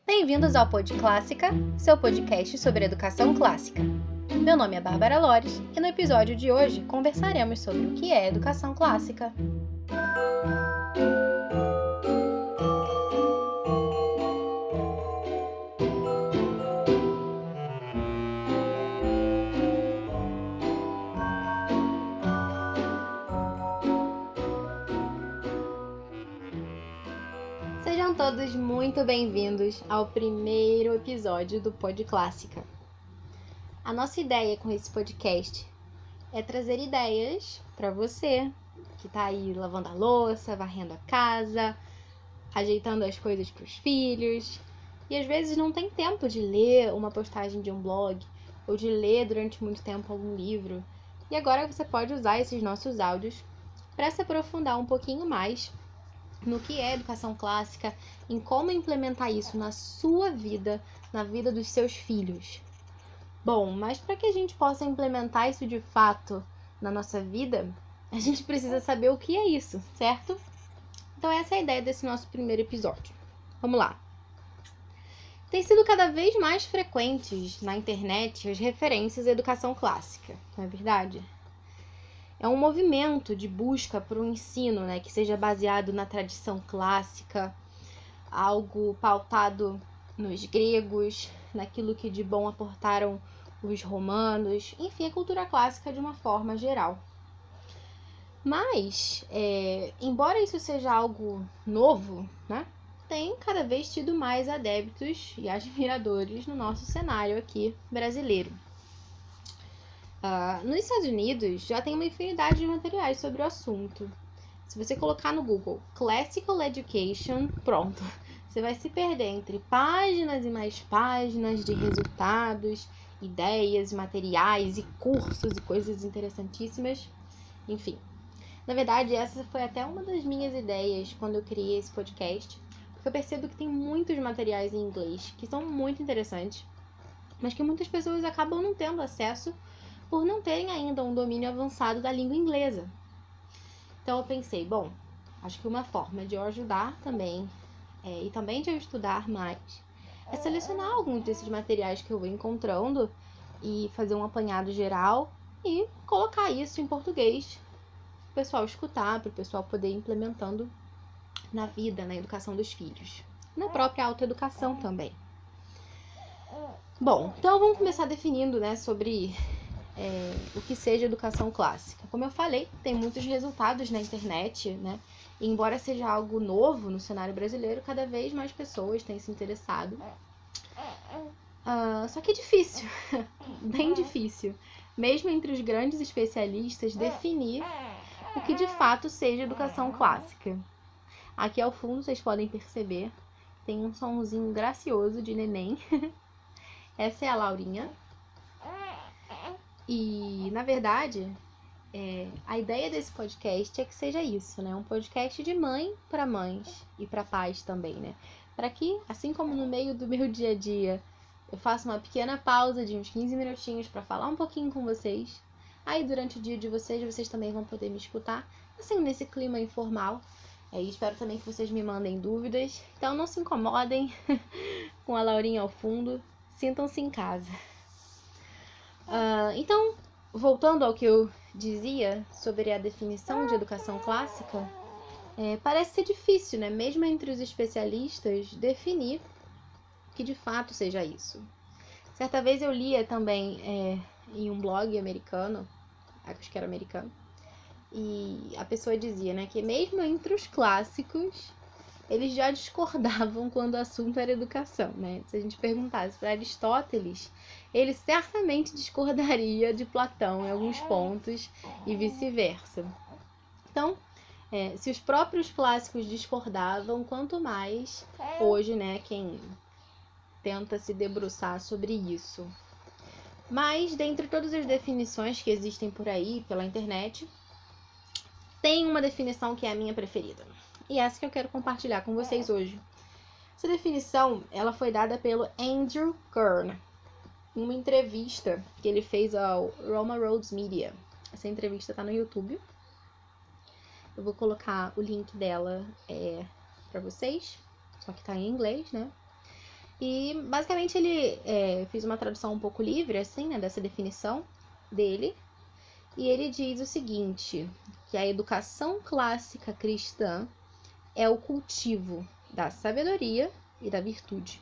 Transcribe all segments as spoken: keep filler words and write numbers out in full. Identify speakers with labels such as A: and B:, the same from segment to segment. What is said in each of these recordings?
A: Bem-vindos ao Pod Clássica, seu podcast sobre educação clássica. Meu nome é Bárbara Lores e no episódio de hoje conversaremos sobre o que é educação clássica. Sejam todos muito bem-vindos ao primeiro episódio do Pod Clássica. A nossa ideia com esse podcast é trazer ideias para você que está aí lavando a louça, varrendo a casa, ajeitando as coisas para os filhos e às vezes não tem tempo de ler uma postagem de um blog ou de ler durante muito tempo algum livro. E agora você pode usar esses nossos áudios para se aprofundar um pouquinho mais no que é educação clássica, em como implementar isso na sua vida, na vida dos seus filhos. Bom, mas para que a gente possa implementar isso de fato na nossa vida, a gente precisa saber o que é isso, certo? Então essa é a ideia desse nosso primeiro episódio. Vamos lá. Tem sido cada vez mais frequentes na internet as referências à educação clássica, não é verdade? É um movimento de busca por um ensino, né, que seja baseado na tradição clássica, algo pautado nos gregos, naquilo que de bom aportaram os romanos, enfim, a cultura clássica de uma forma geral. Mas, é, embora isso seja algo novo, né, tem cada vez tido mais adeptos e admiradores no nosso cenário aqui brasileiro. Uh, nos Estados Unidos já tem uma infinidade de materiais sobre o assunto. Se você colocar no Google Classical Education, pronto, você vai se perder entre páginas e mais páginas de resultados, ideias, materiais e cursos e coisas interessantíssimas. Enfim, na verdade essa foi até uma das minhas ideias quando eu criei esse podcast, porque eu percebo que tem muitos materiais em inglês que são muito interessantes, mas que muitas pessoas acabam não tendo acesso por não terem ainda um domínio avançado da língua inglesa. Então eu pensei, bom, acho que uma forma de eu ajudar também, é, e também de eu estudar mais, é selecionar alguns desses materiais que eu vou encontrando e fazer um apanhado geral e colocar isso em português para o pessoal escutar, para o pessoal poder ir implementando na vida, na educação dos filhos, na própria autoeducação também. Bom, então vamos começar definindo, né, sobre É, o que seja educação clássica. Como eu falei, tem muitos resultados na internet, né? E embora seja algo novo no cenário brasileiro, cada vez mais pessoas têm se interessado. Uh, só que é difícil, bem difícil, mesmo entre os grandes especialistas, definir o que de fato seja educação clássica. Aqui ao fundo vocês podem perceber, tem um sonzinho gracioso de neném. Essa é a Laurinha. E, na verdade, é, a ideia desse podcast é que seja isso, né? Um podcast de mãe para mães e para pais também, né? Para que, assim como no meio do meu dia a dia, eu faça uma pequena pausa de uns quinze minutinhos para falar um pouquinho com vocês. Aí, durante o dia de vocês, vocês também vão poder me escutar, assim, nesse clima informal. É, e espero também que vocês me mandem dúvidas. Então, não se incomodem com a Laurinha ao fundo. Sintam-se em casa. Uh, então, voltando ao que eu dizia sobre a definição de educação clássica, é, parece ser difícil, né? Mesmo entre os especialistas, definir que de fato seja isso. Certa vez eu lia também é, em um blog americano, acho que era americano, e a pessoa dizia, né, que mesmo entre os clássicos, eles já discordavam quando o assunto era educação, né? Se a gente perguntasse para Aristóteles, ele certamente discordaria de Platão em alguns pontos e vice-versa. Então, é, se os próprios clássicos discordavam, quanto mais hoje, né, quem tenta se debruçar sobre isso. Mas, dentre todas as definições que existem por aí, pela internet, tem uma definição que é a minha preferida. E essa que eu quero compartilhar com vocês hoje. Essa definição, ela foi dada pelo Andrew Kern, em uma entrevista que ele fez ao Roma Roads Media. Essa entrevista tá no YouTube. Eu vou colocar o link dela é, para vocês, só que tá em inglês, né? E basicamente ele é, fez uma tradução um pouco livre, assim, né, dessa definição dele. E ele diz o seguinte, que a educação clássica cristã é o cultivo da sabedoria e da virtude.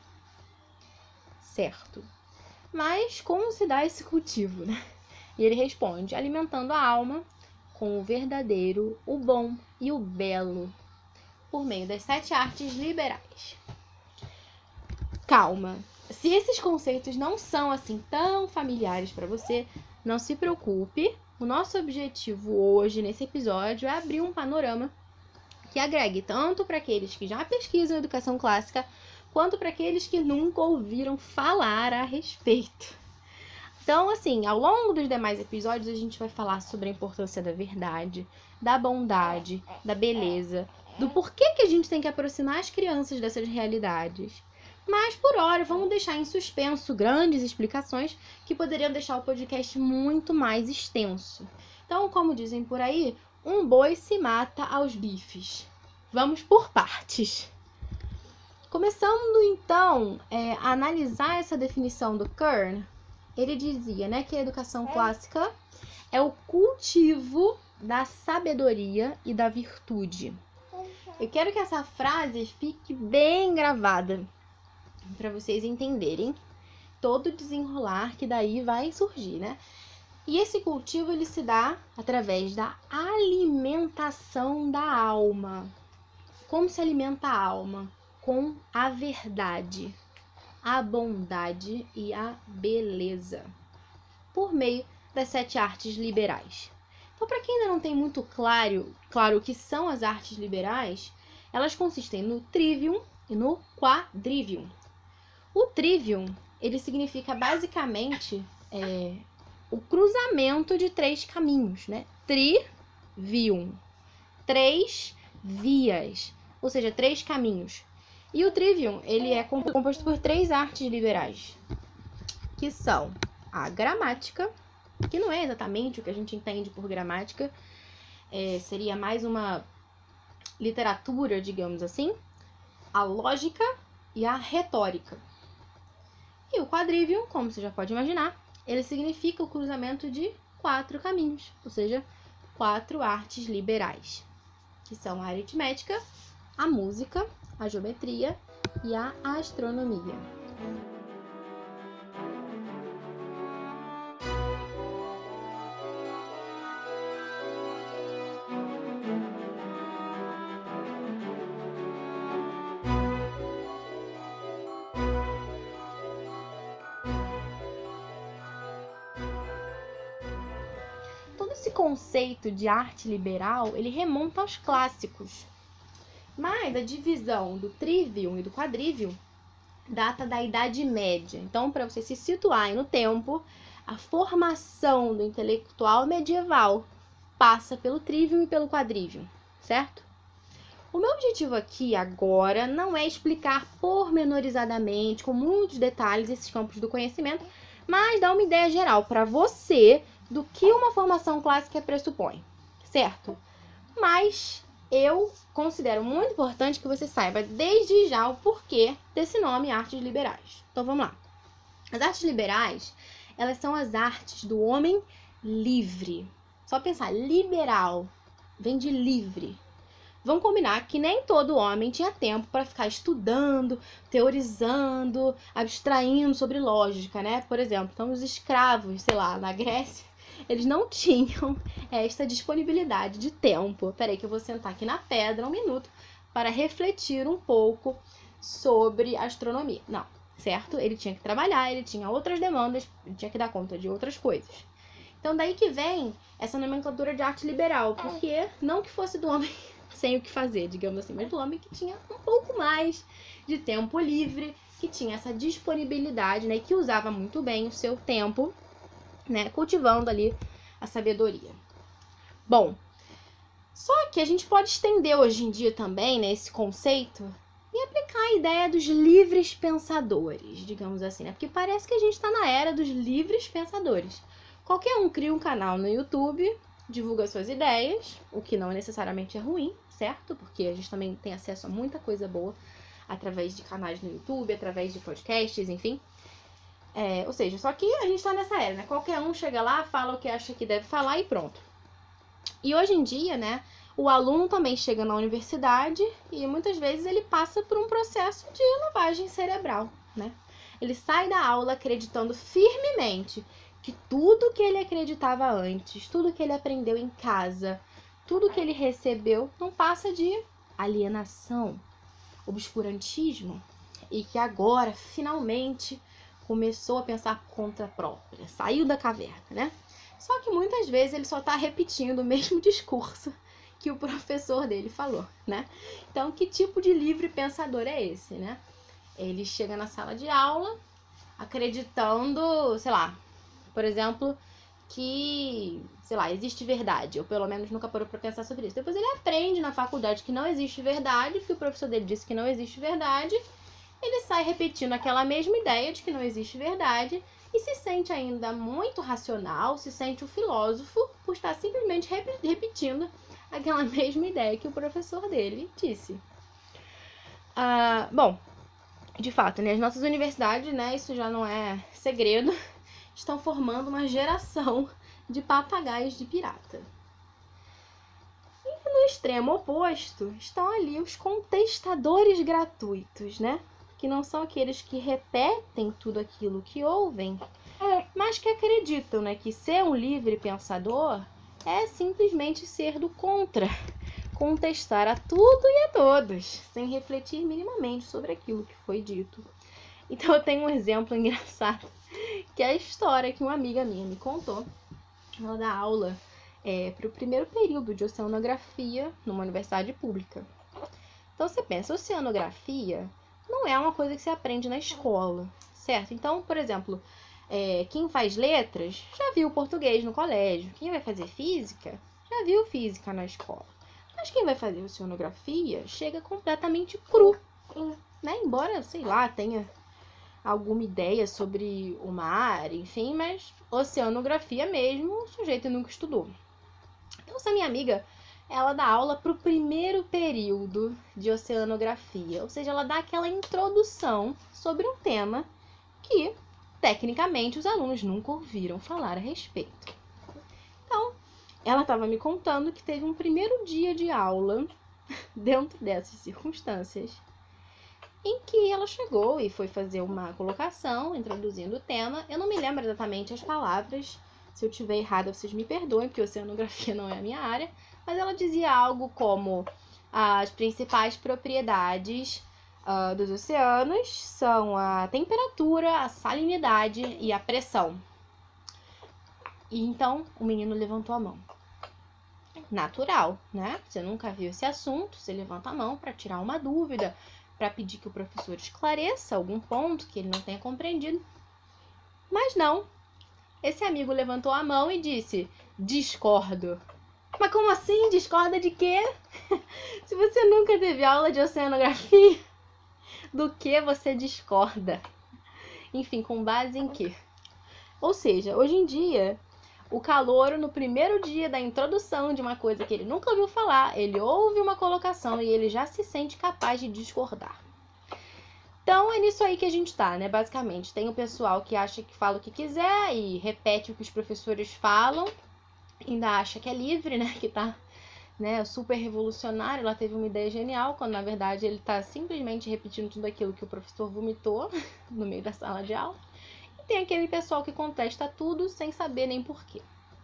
A: Certo. Mas como se dá esse cultivo, né? E ele responde, alimentando a alma com o verdadeiro, o bom e o belo, por meio das sete artes liberais. Calma. Se esses conceitos não são assim tão familiares para você, não se preocupe. O nosso objetivo hoje, nesse episódio, é abrir um panorama que agregue tanto para aqueles que já pesquisam educação clássica, quanto para aqueles que nunca ouviram falar a respeito. Então, assim, ao longo dos demais episódios, a gente vai falar sobre a importância da verdade, da bondade, da beleza, do porquê que a gente tem que aproximar as crianças dessas realidades. Mas, por hora, vamos deixar em suspenso grandes explicações que poderiam deixar o podcast muito mais extenso. Então, como dizem por aí, um boi se mata aos bifes. Vamos por partes. Começando, então, é, a analisar essa definição do Kern, ele dizia, né, que a educação clássica é o cultivo da sabedoria e da virtude. Eu quero que essa frase fique bem gravada, para vocês entenderem todo o desenrolar que daí vai surgir, né? E esse cultivo, ele se dá através da alimentação da alma. Como se alimenta a alma? Com a verdade, a bondade e a beleza, por meio das sete artes liberais. Então, para quem ainda não tem muito claro, claro o que são as artes liberais, elas consistem no trivium e no quadrivium. O trivium, ele significa basicamente é, o cruzamento de três caminhos, né? Trivium, três vias, ou seja, três caminhos. E o trivium, ele é composto por três artes liberais, que são a gramática, que não é exatamente o que a gente entende por gramática, é, seria mais uma literatura, digamos assim, a lógica e a retórica. E o quadrivium, como você já pode imaginar, ele significa o cruzamento de quatro caminhos, ou seja, quatro artes liberais, que são a aritmética, a música, a geometria e a astronomia. Todo esse conceito de arte liberal, ele remonta aos clássicos. Mas a divisão do trivium e do quadrivium data da Idade Média. Então, para você se situar aí no tempo, a formação do intelectual medieval passa pelo trivium e pelo quadrivium, certo? O meu objetivo aqui agora não é explicar pormenorizadamente, com muitos detalhes, esses campos do conhecimento, mas dar uma ideia geral para você do que uma formação clássica pressupõe, certo? Mas eu considero muito importante que você saiba desde já o porquê desse nome artes liberais. Então vamos lá. As artes liberais, elas são as artes do homem livre. Só pensar, liberal, vem de livre. Vamos combinar que nem todo homem tinha tempo para ficar estudando, teorizando, abstraindo sobre lógica, né? Por exemplo, então os escravos, sei lá, na Grécia, eles não tinham esta disponibilidade de tempo. Peraí que eu vou sentar aqui na pedra um minuto para refletir um pouco sobre astronomia. Não, certo? Ele tinha que trabalhar, ele tinha outras demandas, ele tinha que dar conta de outras coisas. Então daí que vem essa nomenclatura de arte liberal, porque não que fosse do homem sem o que fazer, digamos assim, mas do homem que tinha um pouco mais de tempo livre, que tinha essa disponibilidade, né, e que usava muito bem o seu tempo, né, cultivando ali a sabedoria. Bom, só que a gente pode estender hoje em dia também, né, esse conceito e aplicar a ideia dos livres pensadores, digamos assim, né, porque parece que a gente está na era dos livres pensadores. Qualquer um cria um canal no YouTube, divulga suas ideias, o que não necessariamente é ruim, certo? Porque a gente também tem acesso a muita coisa boa através de canais no YouTube, através de podcasts, enfim. É, ou seja, só que a gente tá nessa era, né? Qualquer um chega lá, fala o que acha que deve falar e pronto. E hoje em dia, né, o aluno também chega na universidade e muitas vezes ele passa por um processo de lavagem cerebral, né? Ele sai da aula acreditando firmemente que tudo que ele acreditava antes, tudo que ele aprendeu em casa, tudo que ele recebeu não passa de alienação, obscurantismo, e que agora, finalmente, começou a pensar por conta própria, saiu da caverna, né? Só que muitas vezes ele só está repetindo o mesmo discurso que o professor dele falou, né? Então, que tipo de livre pensador é esse, né? Ele chega na sala de aula acreditando, sei lá, por exemplo, que, sei lá, existe verdade, ou pelo menos nunca parou para pensar sobre isso. Depois ele aprende na faculdade que não existe verdade, porque o professor dele disse que não existe verdade, ele sai repetindo aquela mesma ideia de que não existe verdade e se sente ainda muito racional, se sente um filósofo por estar simplesmente rep- repetindo aquela mesma ideia que o professor dele disse. Ah, bom, de fato, né, as nossas universidades, né, isso já não é segredo, estão formando uma geração de papagaios de pirata. E no extremo oposto estão ali os contestadores gratuitos, né? Que não são aqueles que repetem tudo aquilo que ouvem, mas que acreditam, né, que ser um livre pensador é simplesmente ser do contra, contestar a tudo e a todos, sem refletir minimamente sobre aquilo que foi dito. Então eu tenho um exemplo engraçado, que é a história que uma amiga minha me contou. Ela dá aula é, para o primeiro período de oceanografia numa universidade pública. Então você pensa, oceanografia não é uma coisa que se aprende na escola, certo? Então, por exemplo, é, quem faz letras já viu português no colégio. Quem vai fazer física já viu física na escola. Mas quem vai fazer oceanografia chega completamente cru, né? Embora, sei lá, tenha alguma ideia sobre o mar, enfim, mas oceanografia mesmo, o sujeito nunca estudou. Então, essa minha amiga, ela dá aula para o primeiro período de oceanografia, ou seja, ela dá aquela introdução sobre um tema que, tecnicamente, os alunos nunca ouviram falar a respeito. Então, ela estava me contando que teve um primeiro dia de aula, dentro dessas circunstâncias, em que ela chegou e foi fazer uma colocação, introduzindo o tema. Eu não me lembro exatamente as palavras, se eu tiver errado vocês me perdoem, porque oceanografia não é a minha área, mas ela dizia algo como as principais propriedades uh, dos oceanos são a temperatura, a salinidade e a pressão. E então o menino levantou a mão. Natural, né? Você nunca viu esse assunto, você levanta a mão para tirar uma dúvida, para pedir que o professor esclareça algum ponto que ele não tenha compreendido. Mas não. Esse amigo levantou a mão e disse: discordo. Mas como assim? Discorda de quê? Se você nunca teve aula de oceanografia, do que você discorda? Enfim, com base em quê? Ou seja, hoje em dia, o calouro, no primeiro dia da introdução de uma coisa que ele nunca ouviu falar, ele ouve uma colocação e ele já se sente capaz de discordar. Então, é nisso aí que a gente tá, né? Basicamente, tem o pessoal que acha que fala o que quiser e repete o que os professores falam, ainda acha que é livre, né? Que tá, né, super revolucionário, ela teve uma ideia genial, quando na verdade ele tá simplesmente repetindo tudo aquilo que o professor vomitou no meio da sala de aula. E tem aquele pessoal que contesta tudo sem saber nem porquê.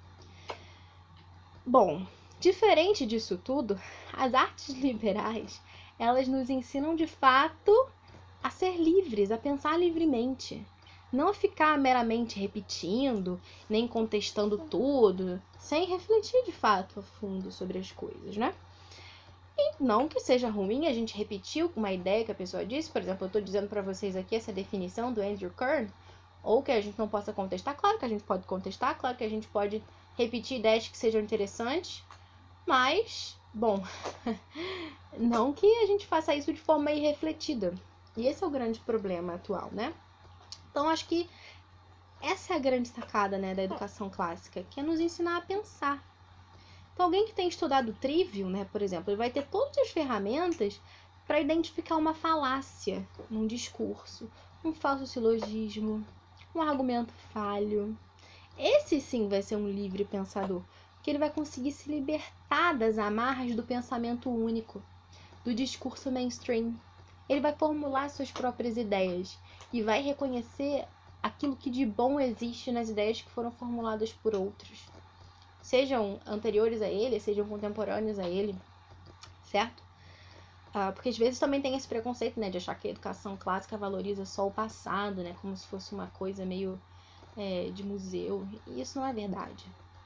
A: Bom, diferente disso tudo, as artes liberais, elas nos ensinam de fato a ser livres, a pensar livremente. Não ficar meramente repetindo, nem contestando tudo, sem refletir de fato a fundo sobre as coisas, né? E não que seja ruim a gente repetir uma ideia que a pessoa disse. Por exemplo, eu estou dizendo para vocês aqui essa definição do Andrew Kern, ou que a gente não possa contestar. Claro que a gente pode contestar, claro que a gente pode repetir ideias que sejam interessantes, mas, bom, não que a gente faça isso de forma irrefletida. E esse é o grande problema atual, né? Então, acho que essa é a grande sacada, né, da educação clássica, que é nos ensinar a pensar. Então, alguém que tem estudado Trivium, né, por exemplo, ele vai ter todas as ferramentas para identificar uma falácia num discurso, um falso silogismo, um argumento falho. Esse sim vai ser um livre pensador, porque ele vai conseguir se libertar das amarras do pensamento único, do discurso mainstream. Ele vai formular suas próprias ideias e vai reconhecer aquilo que de bom existe nas ideias que foram formuladas por outros, sejam anteriores a ele, sejam contemporâneos a ele, certo? Ah, porque às vezes também tem esse preconceito, né, de achar que a educação clássica valoriza só o passado, né, como se fosse uma coisa meio é, de museu, e isso não é verdade.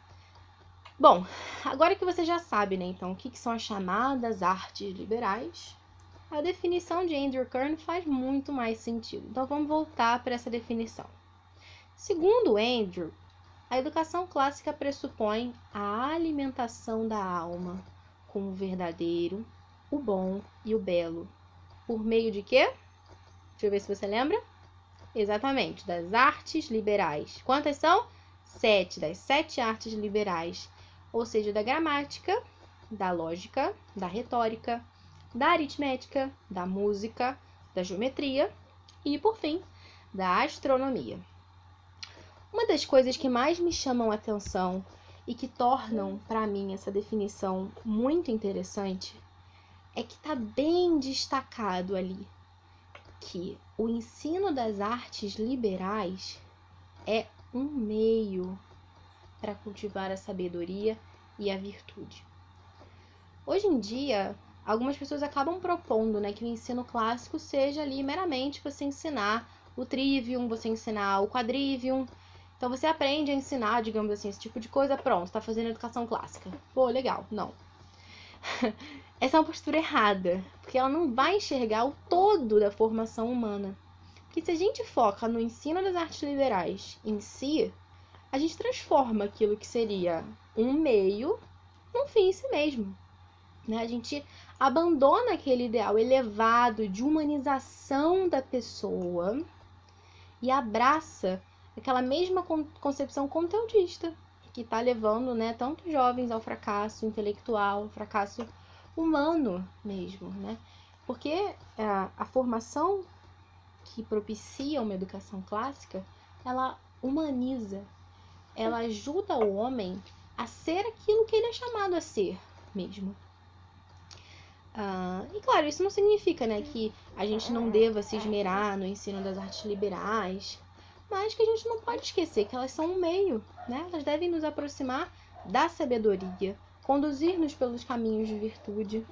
A: Bom, agora que você já sabe, né, então, o que, que são as chamadas artes liberais, a definição de Andrew Kern faz muito mais sentido. Então vamos voltar para essa definição. Segundo Andrew, a educação clássica pressupõe a alimentação da alma com o verdadeiro, o bom e o belo. Por meio de quê? Deixa eu ver se você lembra. Exatamente, das artes liberais. Quantas são? Sete, das sete artes liberais. Ou seja, da gramática, da lógica, da retórica, da aritmética, da música, da geometria e, por fim, da astronomia. Uma das coisas que mais me chamam a atenção e que tornam, para mim, essa definição muito interessante é que está bem destacado ali que o ensino das artes liberais é um meio para cultivar a sabedoria e a virtude. Hoje em dia, algumas pessoas acabam propondo, né, que o ensino clássico seja ali meramente você ensinar o trivium, você ensinar o quadrivium. Então você aprende a ensinar, digamos assim, esse tipo de coisa, pronto, está fazendo educação clássica. Pô, legal. Não. Essa é uma postura errada, porque ela não vai enxergar o todo da formação humana. Porque se a gente foca no ensino das artes liberais em si, a gente transforma aquilo que seria um meio num fim em si mesmo. Né? A gente abandona aquele ideal elevado de humanização da pessoa e abraça aquela mesma concepção conteudista que está levando, né, tantos jovens ao fracasso intelectual, fracasso humano mesmo, né? Porque a, a formação que propicia uma educação clássica, ela humaniza, ela ajuda o homem a ser aquilo que ele é chamado a ser mesmo. Ah, e claro, isso não significa, né, que a gente não deva se esmerar no ensino das artes liberais, mas que a gente não pode esquecer que elas são um meio, né? Elas devem nos aproximar da sabedoria, conduzir-nos pelos caminhos de virtude.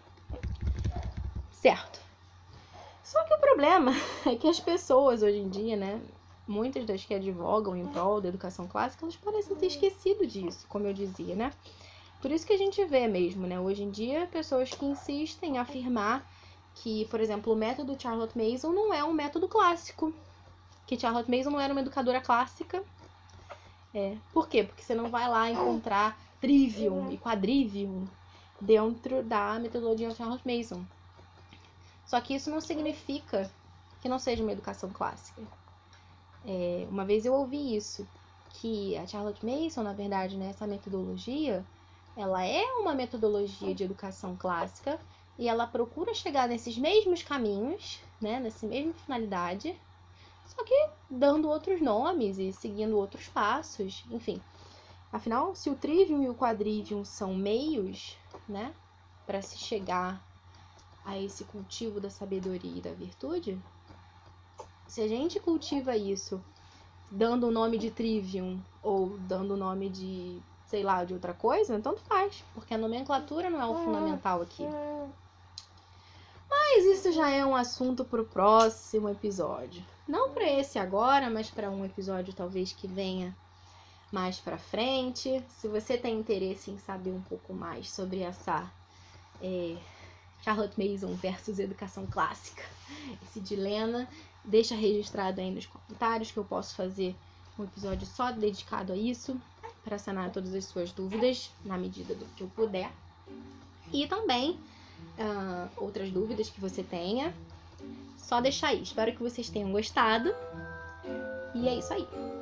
A: Certo. Só que o problema é que as pessoas hoje em dia, né, muitas das que advogam em prol da educação clássica, elas parecem ter esquecido disso, como eu dizia, né? Por isso que a gente vê mesmo, né, hoje em dia, pessoas que insistem em afirmar que, por exemplo, o método Charlotte Mason não é um método clássico. Que Charlotte Mason não era uma educadora clássica. É. Por quê? Porque você não vai lá encontrar trivium e quadrivium dentro da metodologia de Charlotte Mason. Só que isso não significa que não seja uma educação clássica. É, uma vez eu ouvi isso, que a Charlotte Mason, na verdade, né, essa metodologia, ela é uma metodologia de educação clássica e ela procura chegar nesses mesmos caminhos, né, nessa mesma finalidade, só que dando outros nomes e seguindo outros passos, enfim. Afinal, se o trivium e o quadrivium são meios, né, para se chegar a esse cultivo da sabedoria e da virtude, se a gente cultiva isso dando o nome de trivium ou dando o nome de, sei lá, de outra coisa, tanto faz, porque a nomenclatura não é o fundamental aqui. Mas isso já é um assunto para o próximo episódio. Não para esse agora, mas para um episódio talvez que venha mais para frente. Se você tem interesse em saber um pouco mais sobre essa é, Charlotte Mason versus educação clássica, esse dilema, deixa registrado aí nos comentários que eu posso fazer um episódio só dedicado a isso, para sanar todas as suas dúvidas na medida do que eu puder. E também Uh, outras dúvidas que você tenha, só deixar aí. Espero que vocês tenham gostado. E é isso aí.